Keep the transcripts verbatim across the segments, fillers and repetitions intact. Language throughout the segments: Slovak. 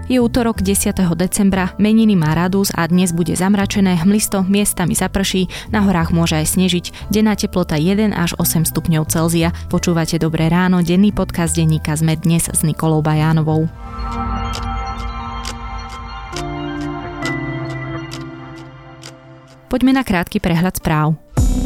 Je útorok desiateho decembra, meniny má Radus a dnes bude zamračené, hmlisto, miestami zaprší, na horách môže aj snežiť. Denná teplota jeden až osem stupňov Celzia. Počúvate Dobré ráno, denný podcast denníka SME dnes s Nikolou Bajánovou. Poďme na krátky prehľad správ.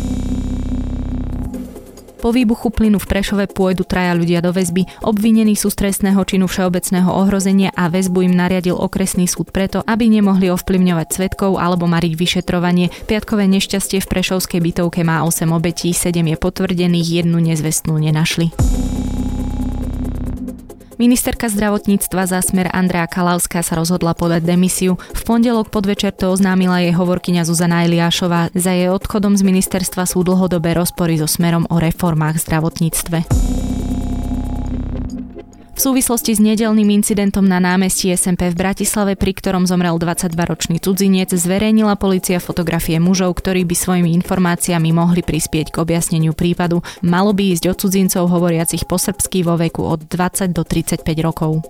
Po výbuchu plynu v Prešove pôjdu traja ľudia do väzby. Obvinení sú z trestného činu všeobecného ohrozenia a väzbu im nariadil okresný súd preto, aby nemohli ovplyvňovať svedkov alebo mariť vyšetrovanie. Piatkové nešťastie v prešovskej bytovke má osem obetí, sedem je potvrdených, jednu nezvestnú nenašli. Ministerka zdravotníctva za Smer Andrea Kalavská sa rozhodla podať demisiu. V pondelok podvečer to oznámila jej hovorkyňa Zuzana Eliášová. Za jej odchodom z ministerstva sú dlhodobé rozpory so Smerom o reformách v zdravotníctve. V súvislosti s nedeľným incidentom na námestí es em pé v Bratislave, pri ktorom zomrel dvadsaťdvaročný cudzinec, zverejnila polícia fotografie mužov, ktorí by svojimi informáciami mohli prispieť k objasneniu prípadu. Malo by ísť o cudzincov hovoriacich po srbsky vo veku od dvadsať do tridsaťpäť rokov.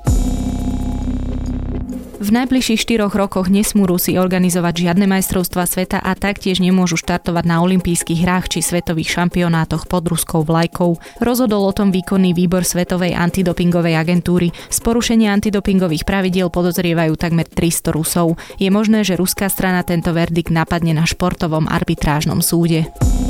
V najbližších štyroch rokoch nesmú Rusi organizovať žiadne majstrovstvá sveta a taktiež nemôžu štartovať na olympijských hrách či svetových šampionátoch pod ruskou vlajkou. Rozhodol o tom výkonný výbor Svetovej antidopingovej agentúry. Z porušenia antidopingových pravidiel podozrievajú takmer tristo Rusov. Je možné, že ruská strana tento verdikt napadne na športovom arbitrážnom súde.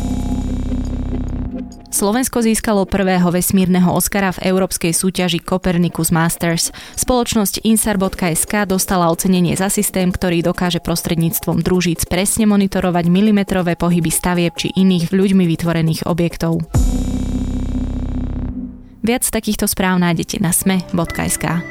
Slovensko získalo prvého vesmírneho Oscara v európskej súťaži Copernicus Masters. Spoločnosť Insar bodka es ká dostala ocenenie za systém, ktorý dokáže prostredníctvom družíc presne monitorovať milimetrové pohyby stavieb či iných ľuďmi vytvorených objektov. Viac takýchto správ nájdete na es em e bodka es ká.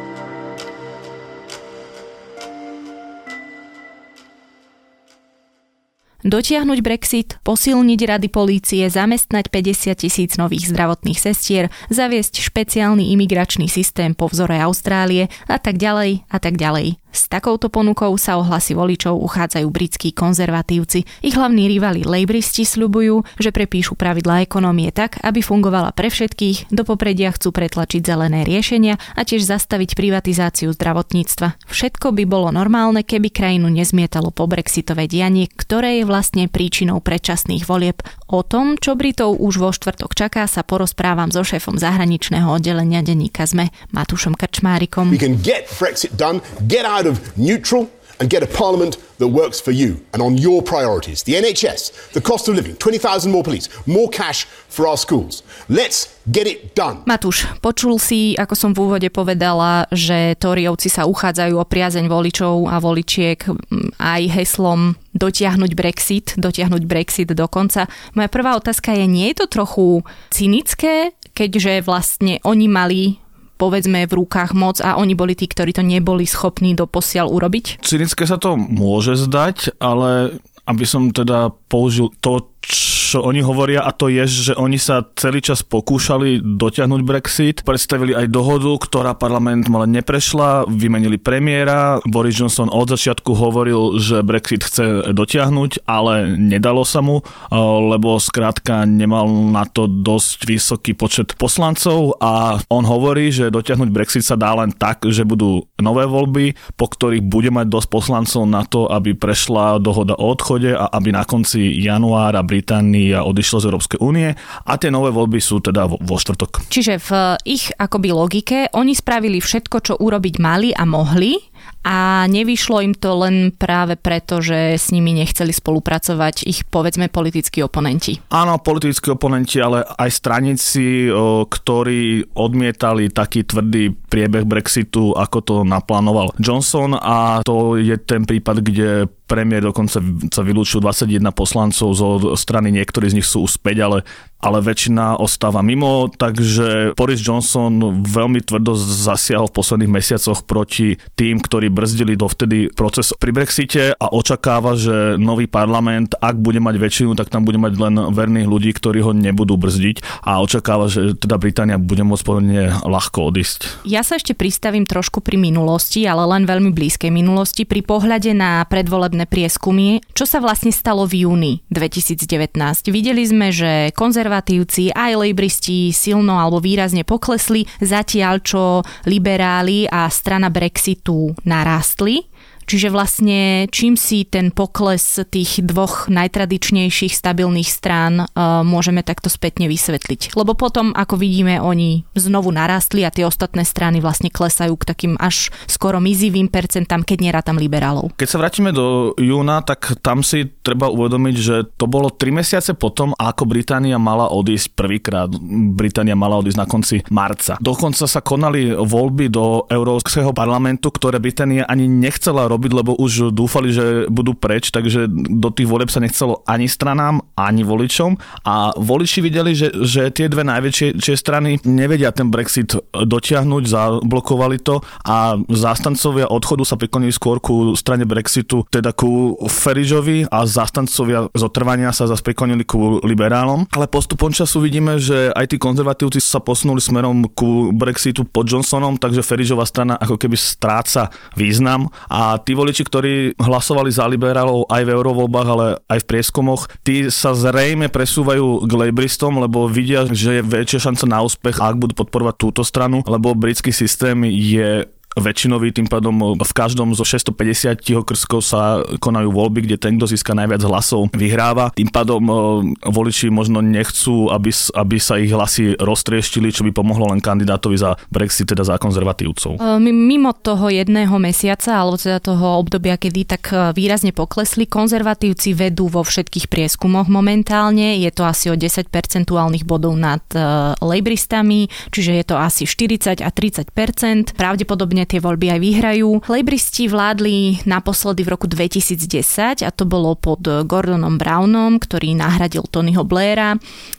Dotiahnuť Brexit, posilniť rady polície, zamestnať päťdesiat tisíc nových zdravotných sestier, zaviesť špeciálny imigračný systém po vzore Austrálie a tak ďalej a tak ďalej. S takouto ponukou sa o hlasy voličov uchádzajú britskí konzervatívci. Ich hlavní rivali lejbristi sľubujú, že prepíšu pravidlá ekonómie tak, aby fungovala pre všetkých, do popredia chcú pretlačiť zelené riešenia a tiež zastaviť privatizáciu zdravotníctva. Všetko by bolo normálne, keby krajinu nezmietalo po brexitové dianie, ktoré je vlastne príčinou predčasných volieb. O tom, čo Britov už vo štvrtok čaká, sa porozprávam so šéfom zahraničného oddelenia denníka SME, Matúšom Krčmárikom. We can get Brexit done, get out of neutral and get a parliament that works for you and on your priorities. The en há es, the cost of living, twenty thousand more police, more cash for our schools. Let's get it done. Matúš, počul si, ako som v úvode povedala, že Tóriovci sa uchádzajú o priazeň voličov a voličiek aj heslom dotiahnuť Brexit, dotiahnuť Brexit do konca. Moja prvá otázka je, nie je to trochu cynické, keďže vlastne oni mali povedzme v rukách moc a oni boli tí, ktorí to neboli schopní doposiaľ urobiť? Cynické sa to môže zdať, ale aby som teda použil to, čo oni hovoria, a to je, že oni sa celý čas pokúšali dotiahnuť Brexit, predstavili aj dohodu, ktorá parlament ale neprešla, vymenili premiéra, Boris Johnson od začiatku hovoril, že Brexit chce dotiahnuť, ale nedalo sa mu, lebo skrátka nemal na to dosť vysoký počet poslancov a on hovorí, že dotiahnuť Brexit sa dá len tak, že budú nové voľby, po ktorých bude mať dosť poslancov na to, aby prešla dohoda o odchode a aby na konci januára Británia odišla z Európskej únie a tie nové voľby sú teda vo, vo štvrtok. Čiže v ich akoby logike oni spravili všetko, čo urobiť mali a mohli a nevyšlo im to len práve preto, že s nimi nechceli spolupracovať ich povedzme politickí oponenti. Áno, politickí oponenti, ale aj straníci, ktorí odmietali taký tvrdý priebeh Brexitu, ako to naplánoval Johnson, a to je ten prípad, kde premiér dokonca sa vylúčil dvadsaťjeden poslancov zo strany, niektorí z nich sú už späť, ale, ale väčšina ostáva mimo, takže Boris Johnson veľmi tvrdo zasiahol v posledných mesiacoch proti tým, ktorí brzdili dovtedy proces pri Brexite a očakáva, že nový parlament, ak bude mať väčšinu, tak tam bude mať len verných ľudí, ktorí ho nebudú brzdiť a očakáva, že teda Británia bude môcť pomerne ľahko odísť. Ja sa ešte pristavím trošku pri minulosti, ale len veľmi blízkej minulosti, pri pohľade na predvolebné prieskumy. Čo sa vlastne stalo v júni dvetisícdevätnásť? Videli sme, že konzervatívci konzervatívci, aj lejbristi silno alebo výrazne poklesli, zatiaľ čo liberáli a strana Brexitu narástli. Čiže vlastne čím si ten pokles tých dvoch najtradičnejších stabilných strán uh, môžeme takto spätne vysvetliť. Lebo potom, ako vidíme, oni znovu narástli a tie ostatné strany vlastne klesajú k takým až skoro mizivým percentám, keď nerátam liberálov. Keď sa vrátime do júna, tak tam si treba uvedomiť, že to bolo tri mesiace potom, ako Británia mala odísť prvýkrát. Británia mala odísť na konci marca. Dokonca sa konali voľby do Európskeho parlamentu, ktoré Británia ani nechcela robiť, lebo už dúfali, že budú preč, takže do tých volieb sa nechcelo ani stranám, ani voličom. A voliči videli, že, že tie dve najväčšie strany nevedia ten Brexit dotiahnuť, zablokovali to a zástancovia odchodu sa priklonili skôr ku strane Brexitu, teda ku Farrageovi, a zástancovia zotrvania sa zase priklonili ku liberálom. Ale postupom času vidíme, že aj tí konzervatívci sa posunuli smerom ku Brexitu pod Johnsonom, takže Farrageová strana ako keby stráca význam a tí voliči, ktorí hlasovali za liberálov aj v eurovoľbách, ale aj v prieskumoch, tí sa zrejme presúvajú k lejbristom, lebo vidia, že je väčšia šanca na úspech, ak budú podporovať túto stranu, lebo britský systém je väčšinový, tým pádom v každom zo šesťstopäťdesiat okrskov sa konajú voľby, kde ten, kto získa najviac hlasov, vyhráva. Tým pádom voliči možno nechcú, aby, aby sa ich hlasy roztrieštili, čo by pomohlo len kandidátovi za Brexit, teda za konzervatívcov. Mimo toho jedného mesiaca, alebo teda toho obdobia, kedy tak výrazne poklesli, konzervatívci vedú vo všetkých prieskumoch momentálne. Je to asi o desať percentuálnych bodov nad lejbristami, čiže je to asi štyridsať a tridsať percent. Pravdepodobne tie voľby aj vyhrajú. Lejbristi vládli naposledy v roku dvetisícdesať a to bolo pod Gordonom Brownom, ktorý nahradil Tonyho Blaira.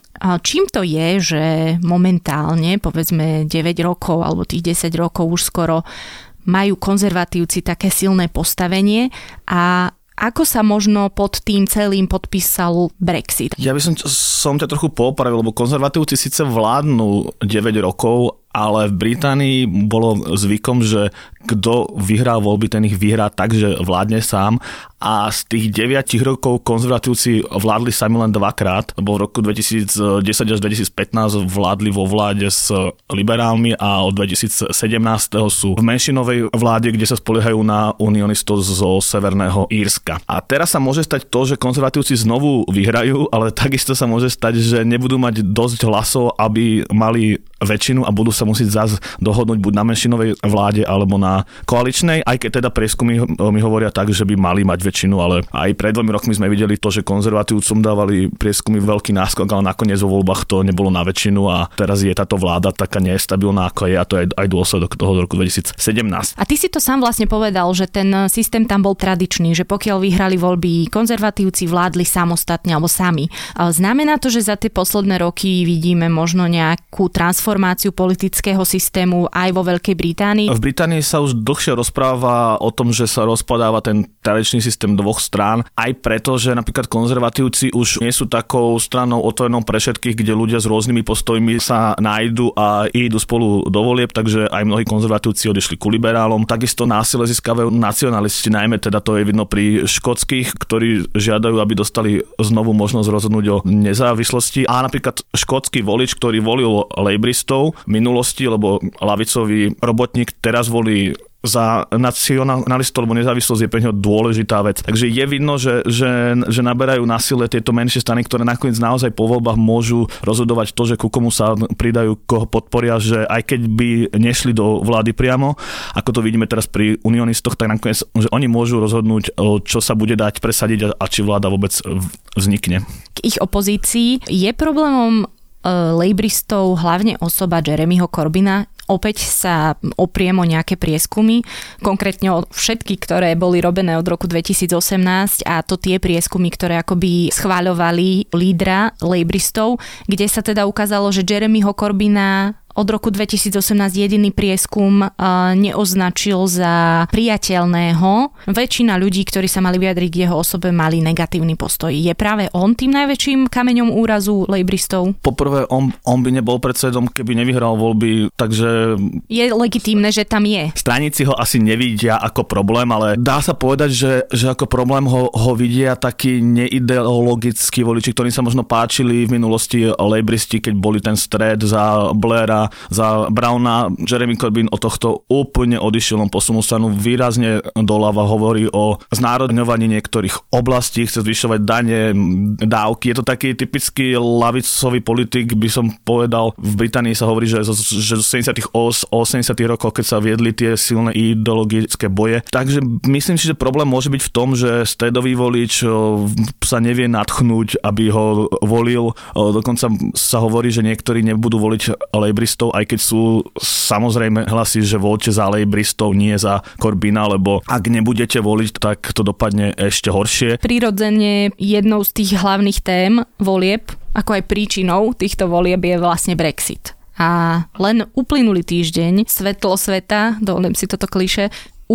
Čím to je, že momentálne, povedzme deväť rokov alebo tých desať rokov už skoro majú konzervatívci také silné postavenie a ako sa možno pod tým celým podpísal Brexit? Ja by som, som ťa trochu poopravil, lebo konzervatívci síce vládnu deväť rokov, ale v Británii bolo zvykom, že kto vyhrá voľby, ten ich vyhrá tak, že vládne sám. A z tých deviatich rokov konzervatívci vládli sami len dvakrát, lebo v roku dvetisícdesať až dvetisícpätnásť vládli vo vláde s liberálmi a od dvetisícsedemnásť sú v menšinovej vláde, kde sa spoliehajú na unionistov zo Severného Írska. A teraz sa môže stať to, že konzervatívci znovu vyhrajú, ale takisto sa môže stať, že nebudú mať dosť hlasov, aby mali väčšinu a budú sa musieť zase dohodnúť buď na menšinovej vláde alebo na koaličnej, aj keď teda prieskumy mi hovoria tak, že by mali mať väčšinu, ale aj pred dvomi rokmi sme videli to, že konzervatívcom dávali prieskumy veľký náskok, ale nakoniec vo voľbách to nebolo na väčšinu a teraz je táto vláda taká nestabilná, ako je, a to je aj dôsledok toho roku dvetisícsedemnásť. A ty si to sám vlastne povedal, že ten systém tam bol tradičný, že pokiaľ vyhrali voľby konzervatívci, vládli samostatne alebo sami. Znamená to, že za tie posledné roky vidíme možno nejakú transformáciu politického systému aj vo Veľkej Británii? V Británii sa už dlhšie rozpráva o tom, že sa rozpadáva ten tradičný systém dvoch strán, aj preto, že napríklad konzervatívci už nie sú takou stranou otvorenou pre všetkých, kde ľudia s rôznymi postojmi sa nájdu a idú spolu do volieb, takže aj mnohí konzervatívci odišli ku liberálom. Takisto násile získavajú nacionalisti, najmä teda to je vidno pri škótskych, ktorí žiadajú, aby dostali znovu možnosť rozhodnúť o nezávislosti. A napríklad škótsky volič, ktorý volil lejbristov v minulosti, lebo ľavicový robotník teraz volí za nacionalistov, lebo nezávislosť je pre neho dôležitá vec. Takže je vidno, že, že, že naberajú na sile tieto menšie strany, ktoré nakoniec naozaj po voľbách môžu rozhodovať to, že ku komu sa pridajú, koho podporia, že aj keď by nešli do vlády priamo, ako to vidíme teraz pri unionistoch, tak nakoniec, že oni môžu rozhodnúť, čo sa bude dať presadiť a či vláda vôbec vznikne. K ich opozícii je problémom lejbristov hlavne osoba Jeremyho Corbyna. Opäť sa opriem o nejaké prieskumy, konkrétne o všetky, ktoré boli robené od roku dvetisícosemnásť, a to tie prieskumy, ktoré akoby schváľovali lídra lejbristov, kde sa teda ukázalo, že Jeremyho Corbyna od roku dvetisícosemnásť jediný prieskum neoznačil za priateľného. Väčšina ľudí, ktorí sa mali vyjadriť k jeho osobe, mali negatívny postoj. Je práve on tým najväčším kameňom úrazu lejbristov? Poprvé, on, on by nebol predsedom, keby nevyhral voľby, takže... Je legitímne, že tam je. Straníci ho asi nevidia ako problém, ale dá sa povedať, že, že ako problém ho, ho vidia takí neideologickí voliči, ktorým sa možno páčili v minulosti lejbristi, keď boli ten stred za Blaira, za Browna. Jeremy Corbyn od tohto úplne odišiel, on posunul stranu výrazne doľava, hovorí o znárodňovaní niektorých oblastí, chce zvyšovať dane, dávky. Je to taký typický lavicový politik, by som povedal. V Británii sa hovorí, že zo sedemdesiatych, osemdesiatych rokov, keď sa viedli tie silné ideologické boje. Takže myslím si, že problém môže byť v tom, že stredový volič sa nevie nadchnúť, aby ho volil. Dokonca sa hovorí, že niektorí nebudú voliť lejbristov, aj keď sú samozrejme hlasy, že voľte za lejbristov, nie za Corbyna, lebo ak nebudete voliť, tak to dopadne ešte horšie. Prirodzene jednou z tých hlavných tém volieb, ako aj príčinou týchto volieb je vlastne Brexit. A len uplynulý týždeň svetlo sveta, dovolím si toto klišé,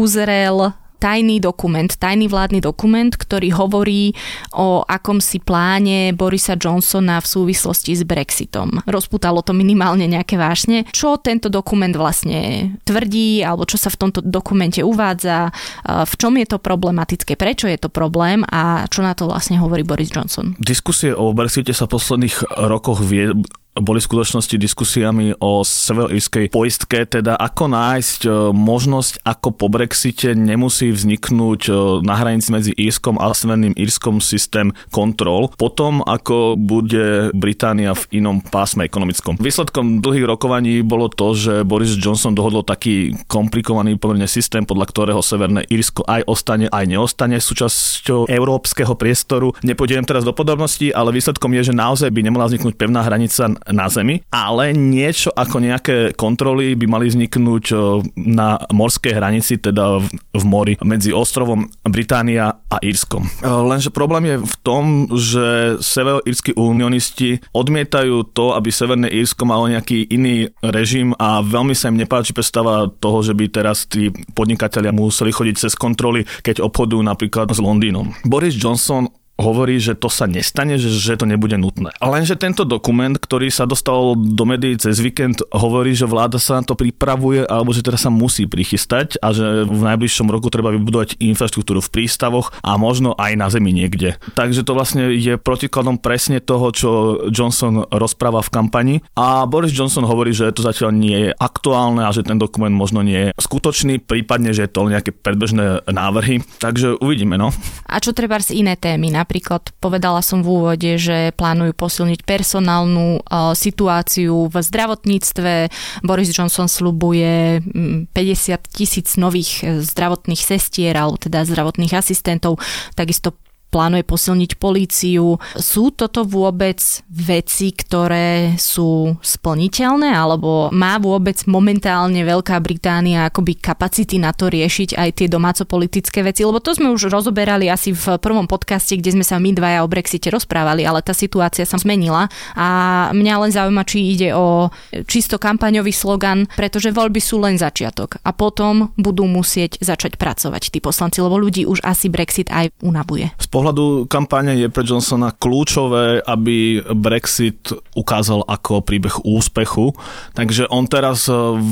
uzrel tajný dokument, tajný vládny dokument, ktorý hovorí o akomsi pláne Borisa Johnsona v súvislosti s Brexitom. Rozputalo to minimálne nejaké vášne. Čo tento dokument vlastne tvrdí, alebo čo sa v tomto dokumente uvádza, v čom je to problematické, prečo je to problém a čo na to vlastne hovorí Boris Johnson? Diskusie o Brexite sa v posledných rokoch vie boli v skutočnosti diskusiami o severoírskej poistke, teda ako nájsť možnosť, ako po Brexite nemusí vzniknúť na hranici medzi Írskom a Severným Írskom systém kontrol, potom ako bude Británia v inom pásme ekonomickom. Výsledkom dlhých rokovaní bolo to, že Boris Johnson dohodol taký komplikovaný pomerne systém, podľa ktorého Severné Írsko aj ostane, aj neostane súčasťou európskeho priestoru. Nepôjdem teraz do podrobností, ale výsledkom je, že naozaj by nemala vzniknúť pevná hranica na zemi, ale niečo ako nejaké kontroly by mali vzniknúť na morskej hranici, teda v, v mori, medzi ostrovom Británia a Írskom. Lenže problém je v tom, že severoírsky unionisti odmietajú to, aby Severné Írsko malo nejaký iný režim a veľmi sa im nepáči predstava toho, že by teraz tí podnikatelia museli chodiť cez kontroly, keď obchodujú napríklad s Londýnom. Boris Johnson hovorí, že to sa nestane, že, že to nebude nutné. Lenže tento dokument, ktorý sa dostal do médií cez víkend, hovorí, že vláda sa na to pripravuje, alebo že teda sa musí prichystať a že v najbližšom roku treba vybudovať infraštruktúru v prístavoch a možno aj na zemi niekde. Takže to vlastne je protikladom presne toho, čo Johnson rozpráva v kampani a Boris Johnson hovorí, že to zatiaľ nie je aktuálne a že ten dokument možno nie je skutočný, prípadne, že je to nejaké predbežné návrhy. Takže uvidíme, no. A čo treba z iné témy? Napríklad povedala som v úvode, že plánujú posilniť personálnu uh, situáciu v zdravotníctve. Boris Johnson sľubuje päťdesiat tisíc nových zdravotných sestier, alebo teda zdravotných asistentov. Takisto plánuje posilniť políciu. Sú toto vôbec veci, ktoré sú splniteľné, alebo má vôbec momentálne Veľká Británia akoby kapacity na to riešiť aj tie domáco-politické veci? Lebo to sme už rozoberali asi v prvom podcaste, kde sme sa my dvaja o Brexite rozprávali, ale tá situácia sa zmenila a mňa len zaujíma, či ide o čisto kampaňový slogan, pretože voľby sú len začiatok a potom budú musieť začať pracovať tí poslanci, lebo ľudí už asi Brexit aj unavuje. Z pohľadu kampane je pre Johnsona kľúčové, aby Brexit ukázal ako príbeh úspechu. Takže on teraz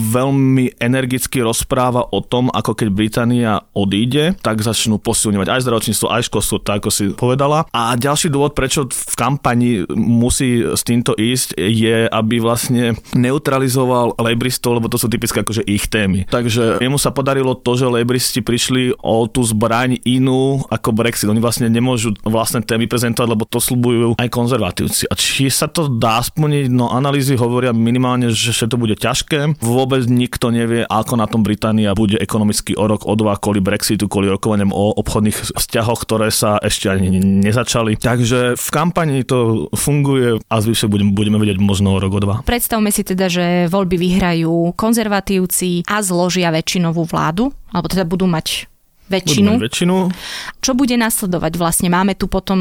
veľmi energicky rozpráva o tom, ako keď Británia odíde, tak začnú posilňovať aj zdravotníctvo, aj školstvo, tak ako si povedala. A ďalší dôvod, prečo v kampani musí s týmto ísť, je, aby vlastne neutralizoval lejbristov, lebo to sú typické akože ich témy. Takže jemu sa podarilo to, že lejbristi prišli o tú zbraň inú ako Brexit. Oni vlastne nemôžu vlastné témy prezentovať, lebo to sľubujú aj konzervatívci. A či sa to dá splniť? No analýzy hovoria minimálne, že to bude ťažké. Vôbec nikto nevie, ako na tom Británia bude ekonomicky o rok, o dva, kvôli Brexitu, kvôli rokovaniam o obchodných vzťahoch, ktoré sa ešte ani nezačali. Takže v kampani to funguje a zvyšok budeme, budeme vedieť možno o rok, o dva. Predstavme si teda, že voľby vyhrajú konzervatívci a zložia väčšinovú vládu, alebo teda budú mať väčšinu. Budú mať väčšinu. Čo bude nasledovať vlastne? Máme tu potom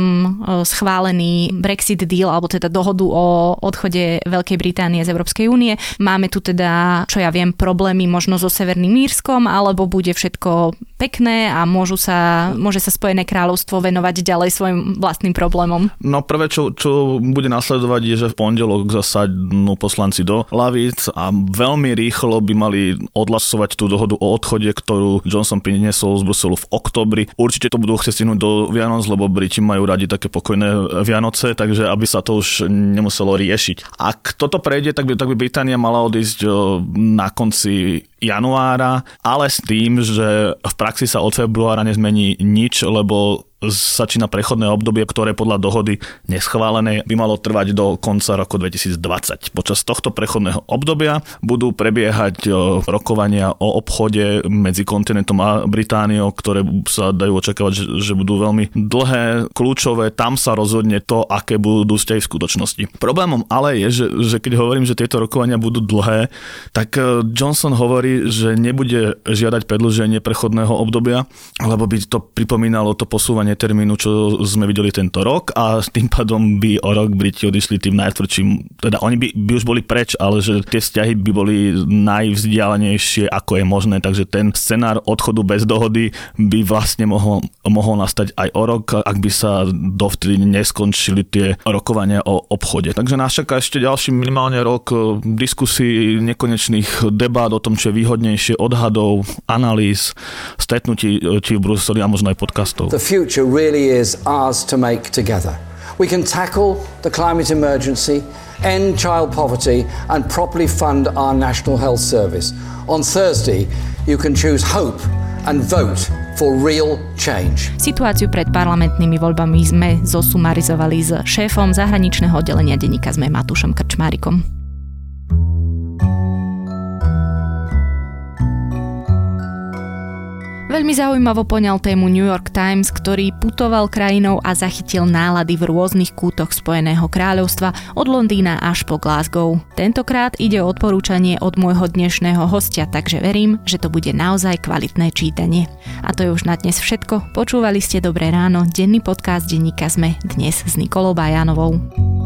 schválený Brexit deal, alebo teda dohodu o odchode Veľkej Británie z Európskej únie. Máme tu teda, čo ja viem, problémy možno so Severným Írskom, alebo bude všetko pekné a môžu sa, môže sa Spojené kráľovstvo venovať ďalej svojim vlastným problémom? No prvé, čo, čo bude nasledovať, je, že v pondelok zasadnú poslanci do lavíc a veľmi rýchlo by mali odhlasovať tú dohodu o odchode, ktorú Johnson priniesol z Bruselu v októbri. Určite to budú chcieť stihnúť do Vianoc, lebo Briti majú radi také pokojné Vianoce, takže aby sa to už nemuselo riešiť. Ak toto prejde, tak by, tak by Británia mala odísť na konci januára, ale s tým, že v praxi sa od februára nezmení nič, lebo začína prechodné obdobie, ktoré podľa dohody neschválenej by malo trvať do konca roku dvetisícdvadsať. Počas tohto prechodného obdobia budú prebiehať rokovania o obchode medzi kontinentom a Britániou, ktoré sa dajú očakávať, že, že budú veľmi dlhé, kľúčové. Tam sa rozhodne to, aké budú vzťahy v skutočnosti. Problémom ale je, že, že keď hovorím, že tieto rokovania budú dlhé, tak Johnson hovorí, že nebude žiadať predĺženie prechodného obdobia, lebo by to pripomínalo to posúvanie termínu, čo sme videli tento rok a tým pádom by o rok Briti odišli tým najtvrdším, teda oni by, by už boli preč, ale že tie vzťahy by boli najvzdialenejšie, ako je možné, takže ten scenár odchodu bez dohody by vlastne mohol, mohol nastať aj o rok, ak by sa dovtedy neskončili tie rokovania o obchode. Takže nás čaká ešte ďalší minimálne rok diskusí, nekonečných debát o tom, čo je výhodnejšie, odhadov, analýz, stretnutí či v Bruseli a možno aj podcastov. The future really is ours to make together. We can tackle the climate emergency, end child poverty and properly fund our National Health Service. On Thursday, you can choose hope and vote for real change. Situáciu pred parlamentnými voľbami sme zosumarizovali s šéfom zahraničného oddelenia denníka SME Matúšom Krčmárikom. Veľmi zaujímavo poňal tému New York Times, ktorý putoval krajinou a zachytil nálady v rôznych kútoch Spojeného kráľovstva od Londýna až po Glasgow. Tentokrát ide o odporúčanie od môjho dnešného hostia, takže verím, že to bude naozaj kvalitné čítanie. A to je už na dnes všetko. Počúvali ste Dobré ráno, denný podcast denníka SME, dnes s Nikolou Bajánovou.